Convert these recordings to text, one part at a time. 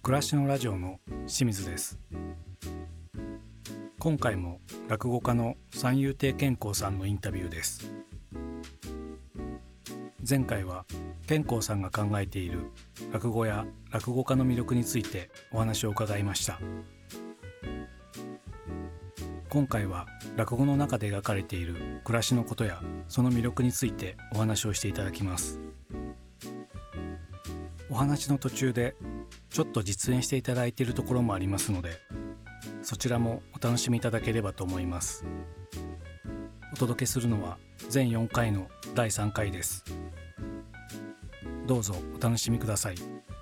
暮らしのラジオの清水です。今回も落語家の三遊亭健光さんのインタビューです。前回は健光さんが考えている落語や落語家の魅力についてお話を伺いました。今回は落語の中で描かれている暮らしのことやその魅力についてお話をしていただきます。お話の途中でちょっと実演していただいているところもありますので、そちらもお楽しみいただければと思います。お届けするのは全4回の第3回です。どうぞお楽しみください。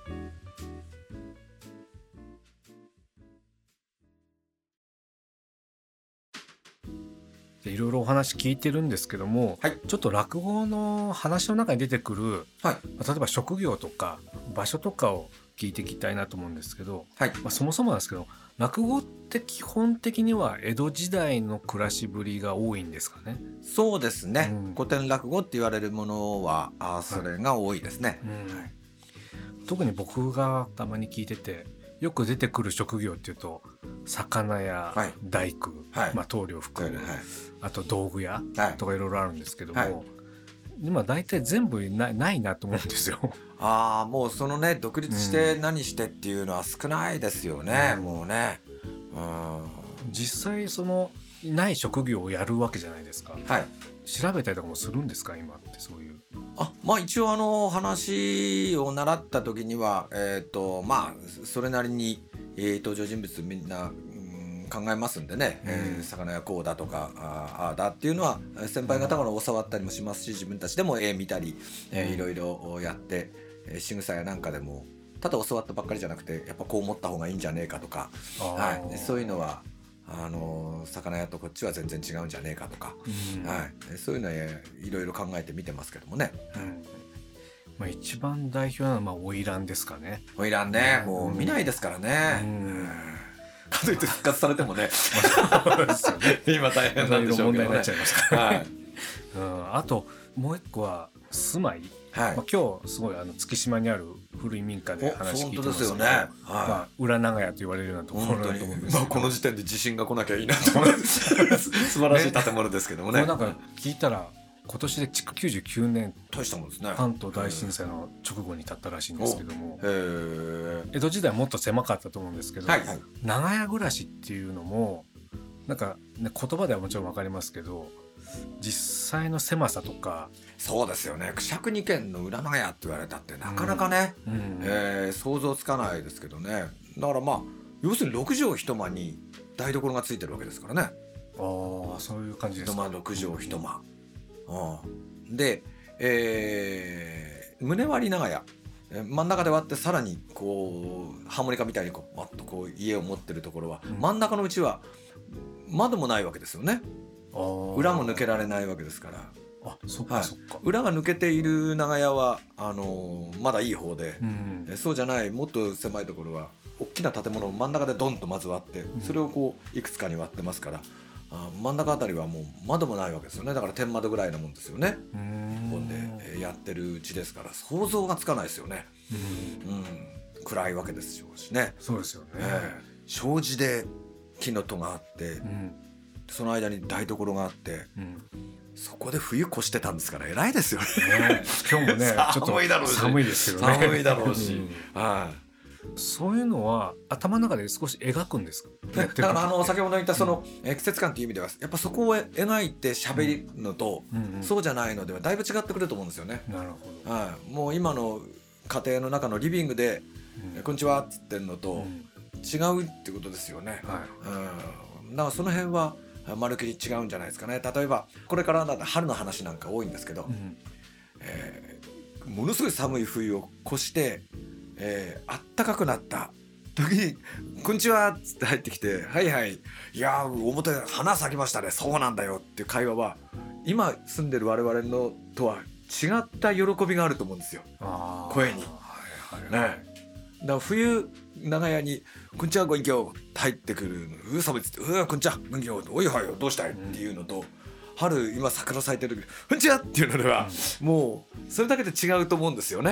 いろいろお話聞いてるんですけども、 はい、 ちょっと落語の話の中に出てくる、 はい、 例えば職業とか場所とかを聞いていきたいなと思うんですけど、 はい、 そもそもなんですけど、落語って基本的には江戸時代の暮らしぶりが多いんですかね。 そうですね、古典落語って言われるものはそれが多いですね、 特に僕がたまに聞いててよく出てくる職業っていうと魚屋、大工、棟梁含む、あと道具屋とかいろいろあるんですけども、今大体全部ないなと思うんですよ。 もうそのね、独立して何してっていうのは少ないですよね、もうね、 実際そのない職業をやるわけじゃないですか、調べたりとかもするんですか今って。そういう一応話を習った時にはそれなりに、登場人物みんな考えますんでね、魚やこうだとかああだっていうのは先輩方から教わったりもしますし、自分たちでも見たり、いろいろやって、仕草やなんかでもただ教わったばっかりじゃなくて、やっぱこう思った方がいいんじゃねえかとか、そういうのは魚屋とこっちは全然違うんじゃねえかとか、そういうのはいろいろ考えて見てますけどもね、 一番代表なのは花魁ですかね。 花魁ね、もう見ないですからね、かといって復活されてもね今大変なんでしょうけどね、問題になっちゃいますから、 あともう一個は住まい、今日すごい月島にある古い民家で話聞いてますけど、裏長屋と言われるようなところだと思うんですけど、 この時点で地震が来なきゃいいなと思います素晴らしい建物ですけどもね。 なんか聞いたら今年で築99年、 大したもんですね。 関東大震災の直後に建ったらしいんですけども、江戸時代はもっと狭かったと思うんですけど、長屋暮らしっていうのもなんか、言葉ではもちろん分かりますけど、実際の狭さとか。 そうですよね、くしゃくに軒の裏長屋って言われたってなかなかね、想像つかないですけどね。だから要するに6畳一間に台所がついてるわけですからね。 そういう感じですか。 6畳一間、で、棟割り長屋、真ん中で割ってさらにこうハーモニカみたいにバッとこう家を持ってるところは、真ん中のうちは窓もないわけですよね。裏も抜けられないわけですから。 そっかそっか。 裏が抜けている長屋はまだいい方で、そうじゃないもっと狭いところは大きな建物を真ん中でドンとまず割って、それをこういくつかに割ってますから、真ん中あたりはもう窓もないわけですよね。だから天窓ぐらいなもんですよね。本でやってるうちですから想像がつかないですよね。暗いわけですしね。 そうですよね。 障子で木の戸があって、その間に台所があって、そこで冬越してたんですから偉いですよね。 今日もねちょっと寒いですけどね。 寒いだろうし、 そういうのは頭の中で少し描くんですか。 だから先ほど言ったその季節感という意味ではやっぱそこを描いて喋るのと、そうじゃないのではだいぶ違ってくると思うんですよね。 なるほど。 もう今の家庭の中のリビングでこんにちはっつってんのと違うってことですよね。だからその辺はまるっきり違うんじゃないですかね。例えばこれから春の話なんか多いんですけど、ものすごい寒い冬を越してあったかくなった時にこんにちはっつって入ってきて、はいはい、いや表花咲きましたね、そうなんだよっていう会話は今住んでる我々のとは違った喜びがあると思うんですよ、声に。だから冬長屋にこんにちはご隠居入ってくるの寒いっつってこんにちはご隠居おいはよどうしたいっていうのと、春今桜咲いてるこんにちはっていうのではもうそれだけで違うと思うんですよね。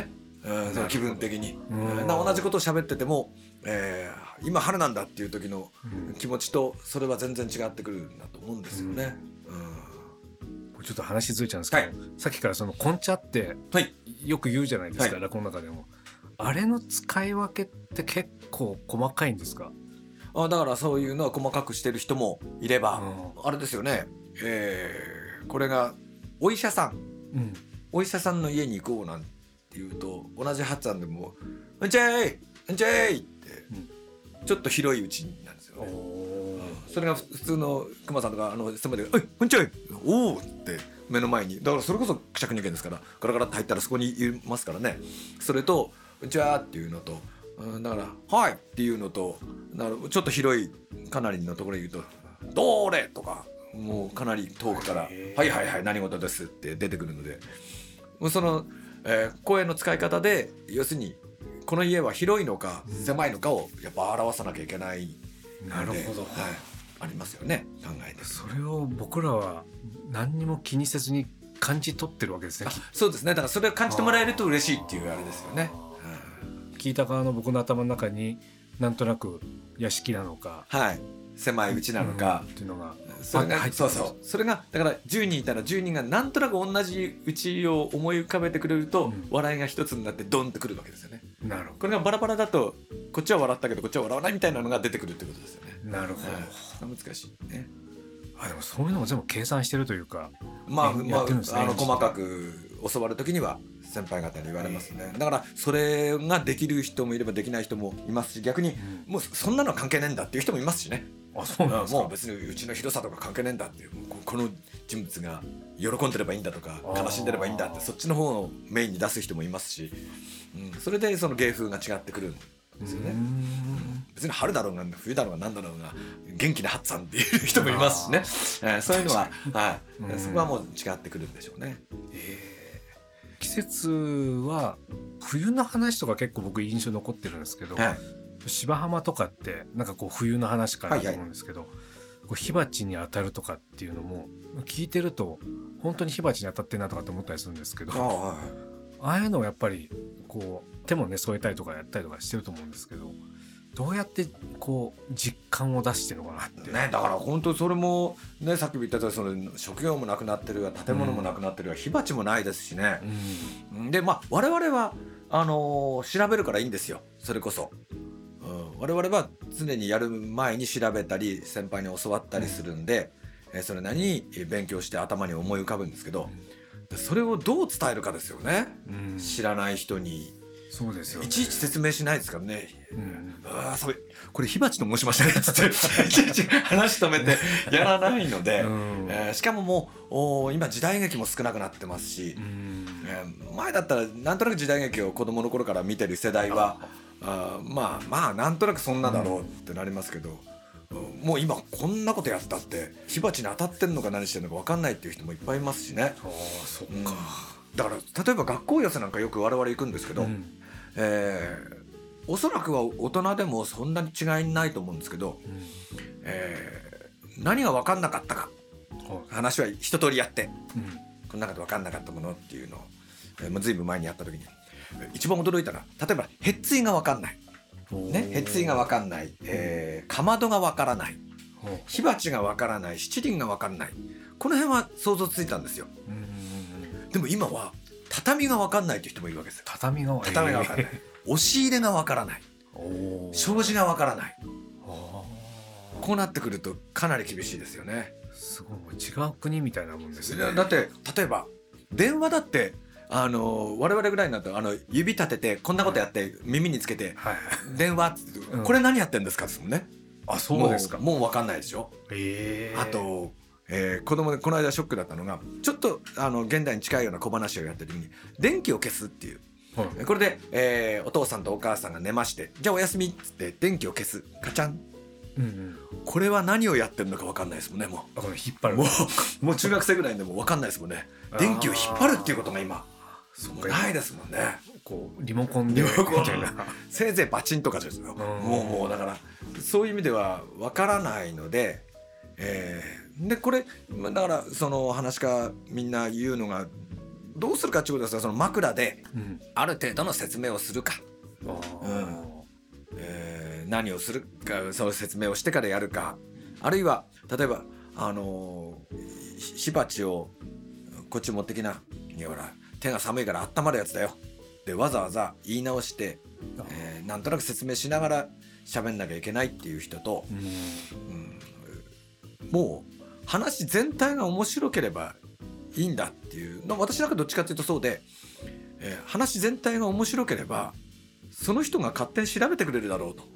その気分的に、同じことを喋ってても、今春なんだっていう時の気持ちとそれは全然違ってくるんだと思うんですよね。 ちょっと話ずれちゃうんですけど、さっきからその根茶ってよく言うじゃないですか、落語の中でも。あれの使い分けって結構細かいんですか？ だからそういうのは細かくしてる人もいれば、あれですよね、これがお医者さん、お医者さんの家に行こうなんていうと同じ発案でも「うんちゃいうんちゃい」ってちょっと広いうちなんですよね。それが普通の熊さんとか人まで「おいうんちゃいおお」って目の前に、だからそれこそくしゃくにけんですから、ガラガラって入ったらそこにいますからね。それと「うんちは」っていうのと、だから「はい」っていうのと、だからちょっと広いかなりのところに言うと「どれ」とか、もうかなり遠くから「はいはいはい何事です」って出てくるので、もうその、声の使い方で要するにこの家は広いのか狭いのかをやっぱ表さなきゃいけないので。 なるほど、 ありますよね、考えて。 それを僕らは何にも気にせずに感じ取ってるわけですね。 そうですね、だからそれを感じてもらえると嬉しいっていうあれですよね。 聞いた側の僕の頭の中になんとなく屋敷なのか、 狭い家なのか、 っていうのがそれがそれがだから10人いたら10人がなんとなく同じ家を思い浮かべてくれると、笑いが一つになってドンとくるわけですよね。 なるほど。 これがバラバラだとこっちは笑ったけどこっちは笑わないみたいなのが出てくるってことですよね。 なるほど、 難しいね。 でもそういうのも全部計算してるというか、 細かく教わる時には先輩方に言われますね。だからそれができる人もいればできない人もいますし、逆にもうそんなのは関係ねえんだっていう人もいますしね。 そうなんですか。 もう別にうちの広さとか関係ねえんだっていう、この人物が喜んでればいいんだとか悲しんでればいいんだって、そっちの方をメインに出す人もいますし、それでその芸風が違ってくるんですよね。別に春だろうが冬だろうが何だろうが元気なハッツァンっていう人もいますしね。そういうのは、そこはもう違ってくるんでしょうね。 季節は冬の話とか結構僕印象残ってるんですけど、芝浜とかってなんかこう冬の話かなと思うんですけど、火鉢に当たるとかっていうのも聞いてると本当に火鉢に当たってんなとかって思ったりするんですけど、ああいうのをやっぱりこう手もね添えたりとかやったりとかしてると思うんですけど、どうやってこう実感を出してるのかなってね。だから本当それもね、さっきも言ったとおりその職業もなくなってるわ、建物もなくなってるわ、火鉢もないですしね。で我々は調べるからいいんですよ。それこそ、我々は常にやる前に調べたり先輩に教わったりするんで、それなりに勉強して頭に思い浮かぶんですけど、それをどう伝えるかですよね。知らない人に。 そうですよね、 いちいち説明しないですからね。これ火鉢と申しましたねっつっていちいち話止めてやらないので、しかももう今時代劇も少なくなってますし、前だったらなんとなく時代劇を子供の頃から見てる世代はまあなんとなくそんなだろうってなりますけど、もう今こんなことやったって火鉢に当たってんのか何してんのか分かんないっていう人もいっぱいいますしね。 そっか。 だから例えば学校寄せなんかよく我々行くんですけど、おそらくは大人でもそんなに違いないと思うんですけど、何が分かんなかったか、話は一通りやって、この中で分かんなかったものっていうのを、ずいぶん前にやった時に一番驚いたのは、例えばへっついが分かんない、へっついが分かんない、かまどが分からない、火鉢が分からない、七輪が分かんない、この辺は想像ついたんですよ。でも今は畳が分かんないっていう人もいるわけですよ。畳が分かんない、押し入れが分からない、障子が分からない、こうなってくるとかなり厳しいですよね。 すごい違う国みたいなもんですね。 だって例えば電話だって我々ぐらいになると指立ててこんなことやって耳につけて、電話って、これ何やってんですかですもんね。 そうですか。 もう分かんないでしょ。あと子供でこの間ショックだったのが、ちょっと現代に近いような小話をやってる時に電気を消すっていう、これで、お父さんとお母さんが寝まして、じゃあおやすみっつって電気を消す、カチャン、これは何をやってるのか分かんないですもんね。もう引っ張る、 もう中学生ぐらいでも分かんないですもんね。電気を引っ張るっていうことが今ないですもんね。 こうリモコンでみたいなせいぜいバチンとかですよ。もうだからそういう意味では分からないので、でこれだからその話家みんな言うのがどうするかっていうことですが、その枕である程度の説明をするか、何をするかその説明をしてからやるか、あるいは例えば火鉢をこっち持ってきな、いやほら手が寒いから温まるやつだよでわざわざ言い直して、なんとなく説明しながら喋んなきゃいけないっていう人と、もう話全体が面白ければいいんだっていうの、私なんかどっちかっていうとそうで、話全体が面白ければその人が勝手に調べてくれるだろうと。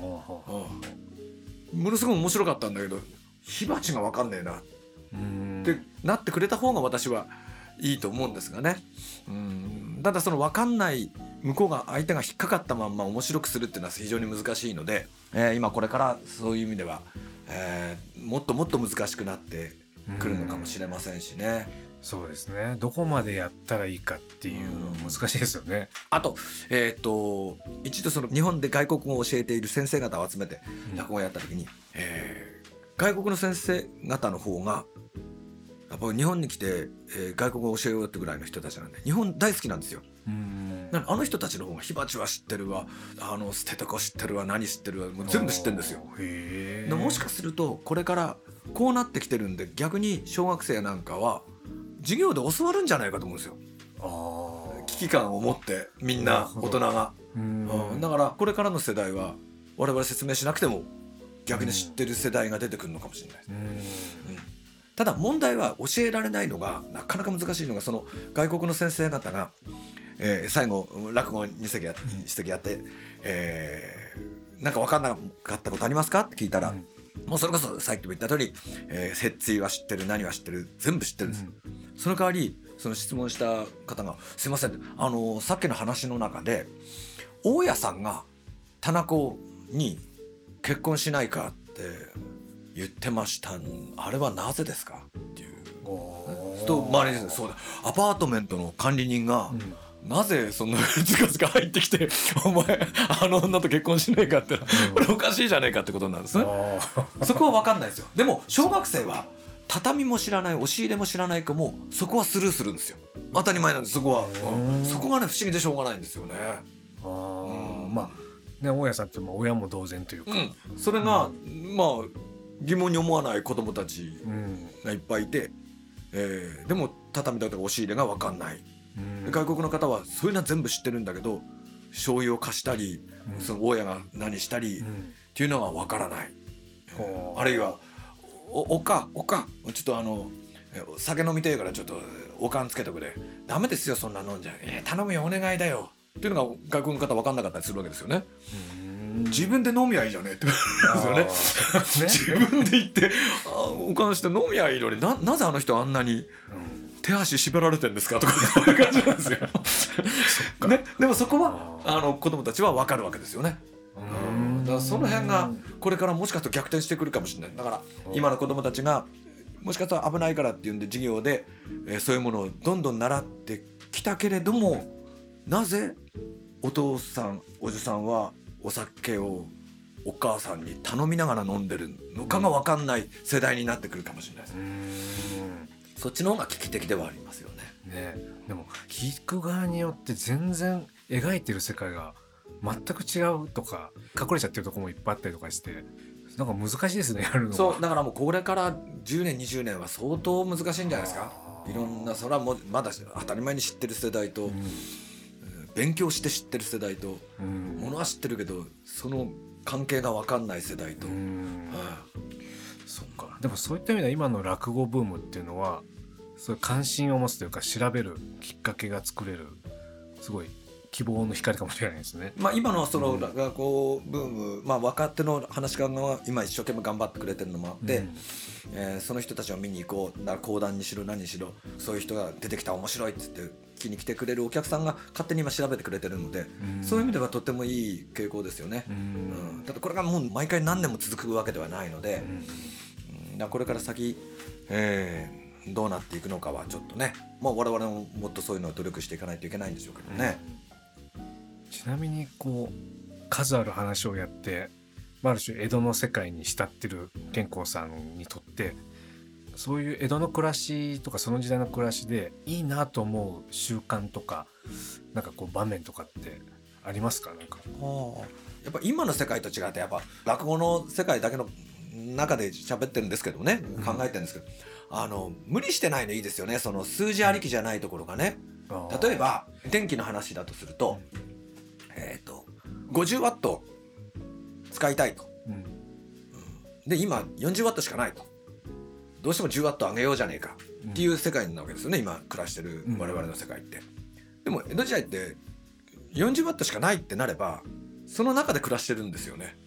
ものすごく面白かったんだけど火鉢が分かんねえなってなってくれた方が私はいいと思うんですがね。ただその分かんない向こうが相手が引っかかったまんま面白くするっていうのは非常に難しいので、今これからそういう意味では、もっともっと難しくなってくるのかもしれませんしね。 そうですね、どこまでやったらいいかっていうの難しいですよね。あと、 一度その日本で外国語を教えている先生方を集めて落語をやった時に、外国の先生方の方がやっぱり日本に来て、外国語を教えようってぐらいの人たちなんで日本大好きなんですよ。あの人たちの方が火鉢は知ってるわ、捨ててこ知ってるわ、何知ってるわ、もう全部知ってるんですよ。もしかするとこれからこうなってきてるんで、逆に小学生なんかは授業で教わるんじゃないかと思うんですよ。危機感を持ってみんな大人が、だからこれからの世代は我々説明しなくても逆に知ってる世代が出てくるのかもしれないです。ただ問題は教えられないのがなかなか難しいのが、その外国の先生方が、最後落語2席やって、なんか分かんなかったことありますかって聞いたら、もうそれこそさっきも言った通り、摂津は知ってる、何は知ってる、全部知ってるんです。その代わりその質問した方がすいません、さっきの話の中で大家さんが田中に結婚しないかって言ってました。あれはなぜですかっていうと、周りにそうだ、アパートメントの管理人が、なぜそんなずかずか入ってきてお前女と結婚しないかってこれおかしいじゃねえかってことなんですね。そこは分かんないですよ。でも小学生は畳も知らない、押し入れも知らない子もそこはスルーするんですよ。当たり前なんです。そこは、そこがね不思議でしょうがないんですよね。 まあね、大家さんって親も同然というか、 それが、まあ疑問に思わない子どもたちがいっぱいいて、でも畳だとか押し入れが分かんない。外国の方はそういうのは全部知ってるんだけど醤油を貸したり、その大家が何したりっていうのが分からない。あるいはおかちょっと酒飲みたいからちょっとおかんつけてくれ、ダメですよそんな飲んじゃ、頼むよお願いだよっていうのが外国の方分かんなかったりするわけですよね。自分で飲みゃいいじゃねえってですよね。自分で言っておかんして飲みゃいいのに なぜあの人あんなに手足縛られてんですかとかそういう感じなんですよ。ね、でもそこは子供たちは分かるわけですよね。だからその辺がこれからもしかすると逆転してくるかもしれない。だから今の子供たちがもしかしたら危ないからっていうんで授業で、そういうものをどんどん習ってきたけれども、なぜお父さんおじさんはお酒をお母さんに頼みながら飲んでるのかが分かんない世代になってくるかもしれないです。そっちの方が危機的ではありますよ ね。 でも聞く側によって全然描いてる世界が全く違うとか隠れちゃってるところもいっぱいあったりとかしてなんか難しいですね、やるのが。 そうだからもうこれから10年20年は相当難しいんじゃないですか。いろんなそれはもうまだ当たり前に知ってる世代と、勉強して知ってる世代と、ものは知ってるけどその関係が分かんない世代と、 そっか。でもそういった意味では今の落語ブームっていうのはそういう関心を持つというか調べるきっかけが作れるすごい希望の光かもしれないですね。 今のその落語ブーム、若手の話し家が今一生懸命頑張ってくれてるのもあって、その人たちを見に行こう、だから講談にしろ何にしろそういう人が出てきた面白いって言って気に来てくれるお客さんが勝手に今調べてくれてるので、そういう意味ではとってもいい傾向ですよね。ただこれがもう毎回何年も続くわけではないので、これから先、どうなっていくのかはちょっとね、我々ももっとそういうのを努力していかないといけないんでしょうけどね。 ちなみにこう数ある話をやってある種江戸の世界に浸ってる健康さんにとってそういう江戸の暮らしとかその時代の暮らしでいいなと思う習慣とかなんかこう場面とかってありますか？なんかやっぱ今の世界と違ってやっぱ落語の世界だけの中で喋ってるんですけどね、考えてるんですけど、無理してないのいいですよね。その数字ありきじゃないところがね。例えば電気の話だとすると、50ワット使いたいと、で今40ワットしかないと、どうしても10ワット上げようじゃねえかっていう世界なわけですよね、今暮らしてる我々の世界って。でも江戸時代って40ワットしかないってなればその中で暮らしてるんですよね。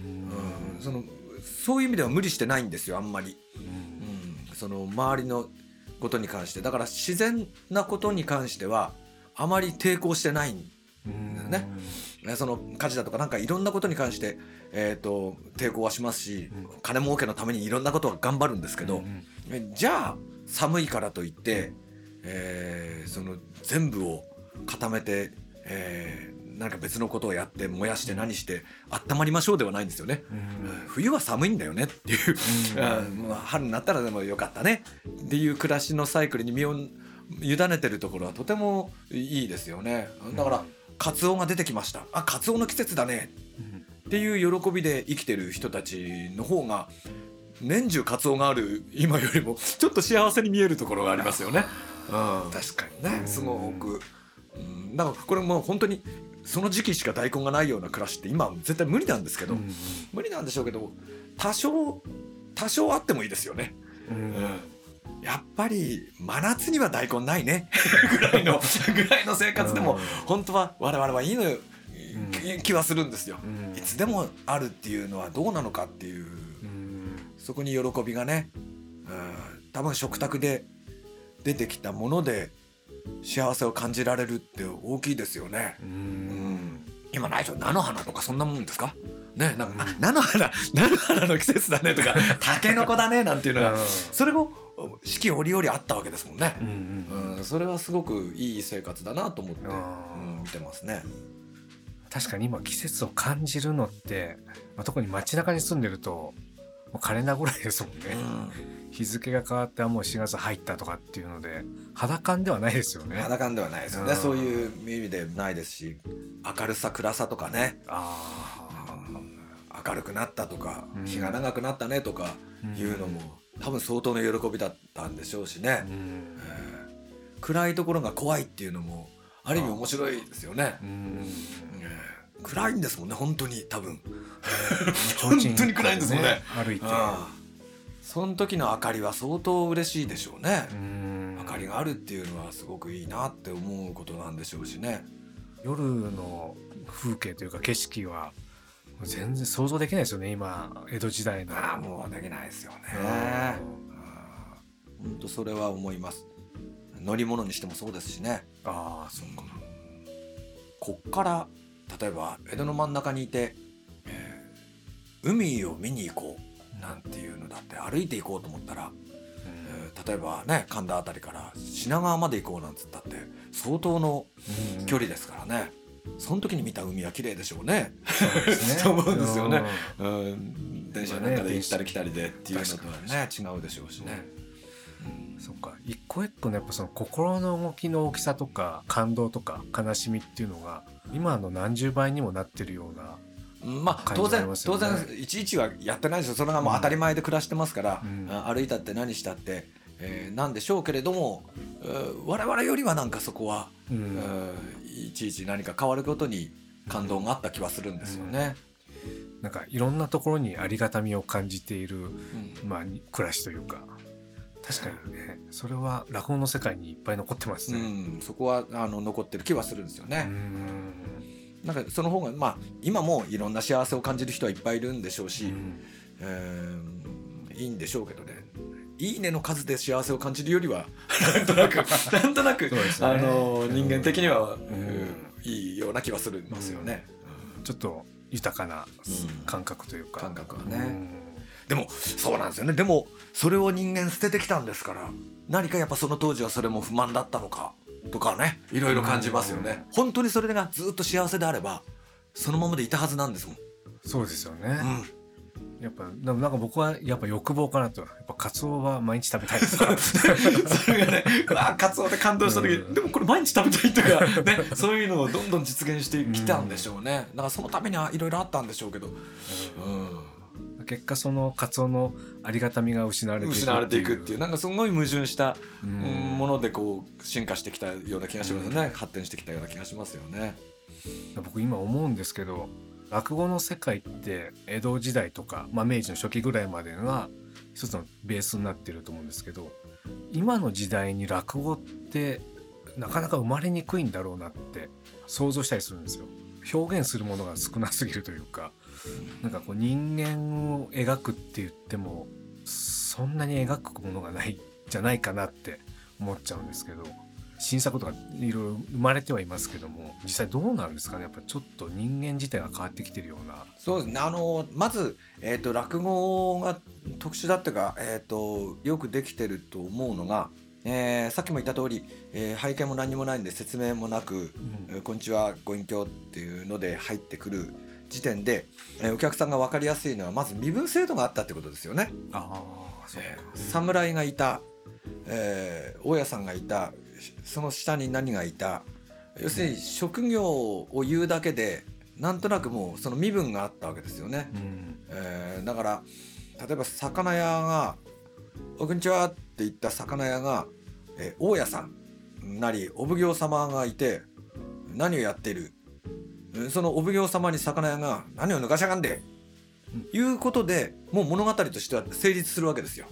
そういう意味では無理してないんですよ、あんまり。その周りのことに関して、だから自然なことに関してはあまり抵抗してないんだよね。その火事だとかなんかいろんなことに関して、抵抗はしますし、金儲けのためにいろんなことは頑張るんですけど、じゃあ寒いからといって、その全部を固めて、なんか別のことをやって燃やして何して温まりましょうではないんですよね。冬は寒いんだよねっていう、春になったらでもよかったねっていう暮らしのサイクルに身を委ねてるところはとてもいいですよね。だからカツオが出てきました、あカツオの季節だねっていう喜びで生きてる人たちの方が年中カツオがある今よりもちょっと幸せに見えるところがありますよね。確かにね、すごく。だからこれも本当にその時期しか大根がないような暮らしって今は絶対無理なんですけど、無理なんでしょうけど多少あってもいいですよね。やっぱり真夏には大根ないねぐらいの生活でも本当は我々はいいの気はするんですよ。いつでもあるっていうのはどうなのかっていう、そこに喜びがね、多分食卓で出てきたもので幸せを感じられるって大きいですよね。今ないでしょ、菜の花とかそんなもんですかね。なんか菜の花の季節だねとかタケノコだねなんていうのがそれも四季折々あったわけですもんね。それはすごくいい生活だなと思って、見てますね。 確かに今季節を感じるのって、特に街中に住んでるともうカレンダーぐらいですもんね。日付が変わってもう4月入ったとかっていうので肌感ではないですよね。 肌感ではないですよね。そういう意味でないですし、明るさ暗さとかね、明るくなったとか、日が長くなったねとかいうのも多分相当の喜びだったんでしょうしね。暗いところが怖いっていうのもある意味面白いですよね。暗いんですもんね本当に、多分本当に暗いんですもんね、歩いて。その時の明かりは相当嬉しいでしょうね。明かりがあるっていうのはすごくいいなって思うことなんでしょうしね。 夜の風景というか景色は全然想像できないですよね今江戸時代の。 もうできないですよね。本当それは思います。乗り物にしてもそうですしね。 そうか。 こっから例えば江戸の真ん中にいて、海を見に行こうなんていうのだって歩いて行こうと思ったら、例えばね神田あたりから品川まで行こうなんつったって相当の距離ですからね。その時に見た海は綺麗でしょうね。と思うんですよね。電車なんかで行ったり来たりでっていうのとはね違うでしょうしね。 そっか、一個一個のやっぱその心の動きの大きさとか感動とか悲しみっていうのが今の何十倍にもなってるような。 当然いちいちはやってないですよ。それがもう当たり前で暮らしてますから、歩いたって何したって、なんでしょうけれども、我々よりはなんかそこは、いちいち何か変わることに感動があった気はするんですよね。 なんかいろんなところにありがたみを感じている、暮らしというか。確かにね、それは落語の世界にいっぱい残ってますね。 そこは残ってる気はするんですよね。なんかその方が今もいろんな幸せを感じる人はいっぱいいるんでしょうし、いいんでしょうけどね。いいねの数で幸せを感じるよりはなんとなく人間的にはいいような気はするんですよね。 ちょっと豊かな感覚というか、 感覚はね。でもそうなんですよね。でもそれを人間捨ててきたんですから、何かやっぱその当時はそれも不満だったのかとかね、いろいろ感じますよね。本当にそれがずっと幸せであればそのままでいたはずなんですもん。 そうですよね。 やっぱなんか僕はやっぱ欲望かなと。やっぱカツオは毎日食べたいですそれがね、カツオで感動した時、でもこれ毎日食べたいとかね、そういうのをどんどん実現してきたんでしょうね。だからそのためにはいろいろあったんでしょうけど、 結果そのカツオのありがたみが失われていくっていう、 なんかすごい矛盾したものでこう進化してきたような気がしますね。発展してきたような気がしますよね。 僕今思うんですけど、落語の世界って江戸時代とか、明治の初期ぐらいまでが一つのベースになってると思うんですけど、今の時代に落語ってなかなか生まれにくいんだろうなって想像したりするんですよ。表現するものが少なすぎるというか、なんかこう人間を描くって言ってもそんなに描くものがないんじゃないかなって思っちゃうんですけど、新作とかいろいろ生まれてはいますけども、実際どうなんですかね。やっぱちょっと人間自体が変わってきてるような。 そうですね。まず、落語が特殊だっていうか、よくできてると思うのが、さっきも言った通り、背景も何もないんで説明もなく、こんにちはご隠居っていうので入ってくる時点で、お客さんが分かりやすいのはまず身分制度があったってことですよね。侍がいた、大家さんがいた、その下に何がいた、要するに職業を言うだけでなんとなくもうその身分があったわけですよね。だから例えば魚屋が「こんにちは」って言った魚屋が、大家さんなりお奉行様がいて何をやっている、そのお奉行様に魚屋が何を抜かしやがんで、いうことでもう物語としては成立するわけですよ。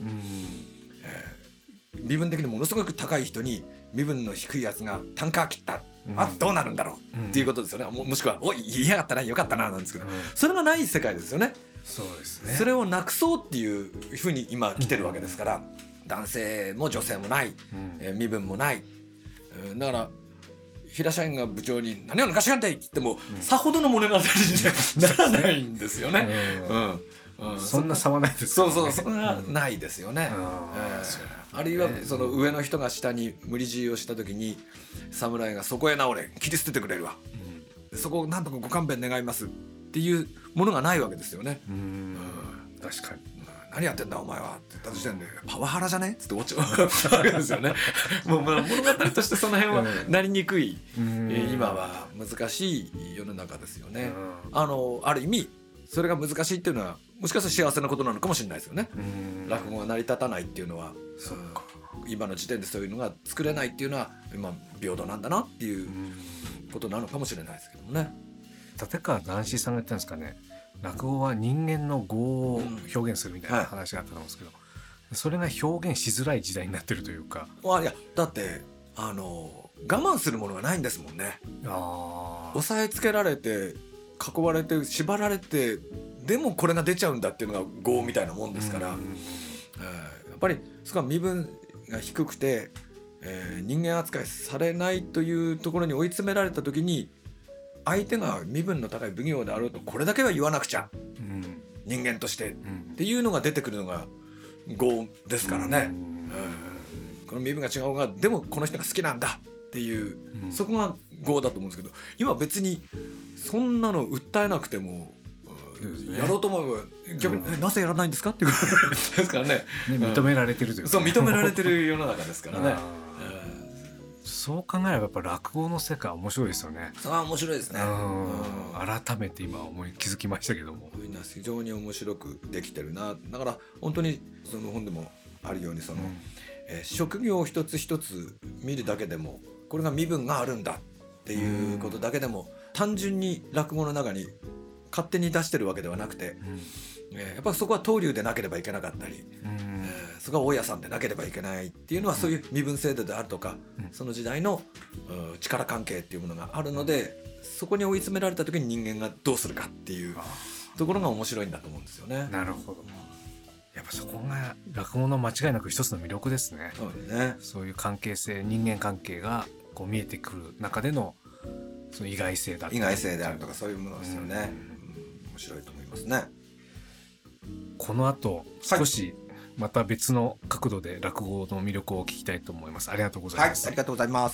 身分的にものすごく高い人に身分の低いやつが単価切った、どうなるんだろう、っていうことですよね。もしくは「おい言いやがったなよかったな」なんですけど、それがない世界ですよね。 そうですね。 それをなくそうっていうふうに今来てるわけですから、男性も女性もない、身分もない、だから平社員が部長に「何を抜かしやがって」って言っても、さほどの物語にならないんですよね。 そんな差はないですからね。そうそれはないですよね。あるいはその上の人が下に無理強いをした時に侍が「そこへ直れ切り捨ててくれるわ、そこをなんとかご勘弁願います」っていうものがないわけですよね。 確かに。 何やってんだお前はって言った時点でパワハラじゃねっつって落ちちゃうわけですよね。もう物語としてその辺はなりにくい、今は難しい世の中ですよね。ある意味それが難しいっていうのはもしかしたら幸せなことなのかもしれないですよね。落語が成り立たないっていうのは、今の時点でそういうのが作れないっていうのは今平等なんだなっていうことなのかもしれないですけどもね。 立川談志さんが言ったんですかね、落語は人間の業を表現するみたいな話があったと思うんですけど、それが表現しづらい時代になってるというか。 いやだって我慢するものがないんですもんね。押さえつけられて囲われて縛られて、でもこれが出ちゃうんだっていうのが業みたいなもんですから、やっぱりそこは身分が低くて、人間扱いされないというところに追い詰められた時に、相手が身分の高い奉行であろうとこれだけは言わなくちゃ、人間としてっていうのが出てくるのが業ですからね。この身分が違うがでもこの人が好きなんだっていう、そこが業だと思うんですけど、今別にそんなの訴えなくてもやろうと思えば逆になぜやらないんですかっていうことですからね。 認められてるというか、 そう認められてる世の中ですからね。 そう考えればやっぱ落語の世界面白いですよね。 面白いですね。 改めて今気づきましたけども、 非常に面白くできてるな。だから本当にその本でもあるように職業一つ一つ見るだけでもこれが身分があるんだっていうことだけでも、単純に落語の中に勝手に出してるわけではなくて、やっぱりそこは棟梁でなければいけなかったり、そこは大家さんでなければいけないっていうのは、そういう身分制度であるとか、その時代の力関係っていうものがあるので、そこに追い詰められた時に人間がどうするかっていうところが面白いんだと思うんですよね。 なるほど。やっぱそこが落語の間違いなく一つの魅力ですね。そういう関係性、人間関係がこう見えてくる中でのその意外性だったり、 意外性であるとかそういうものですよね。面白いと思いますね。 この後少しまた別の角度で落語の魅力を聞きたいと思います。ありがとうございます。 ありがとうございます。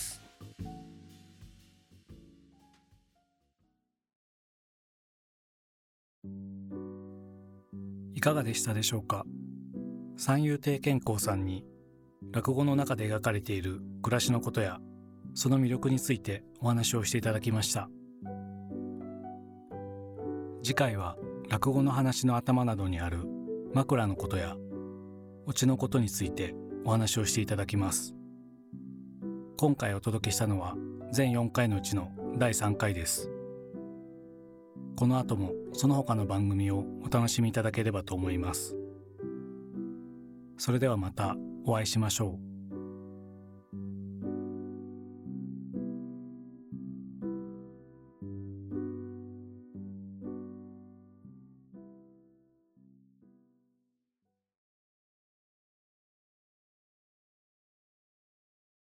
いかがでしたでしょうか。三遊亭健康さんに落語の中で描かれている暮らしのことやその魅力についてお話をしていただきました。次回は落語の話の頭などにある枕のことやオチのことについてお話をしていただきます。今回お届けしたのは全4回のうちの第3回です。この後もその他の番組をお楽しみいただければと思います。それではまたお会いしましょう。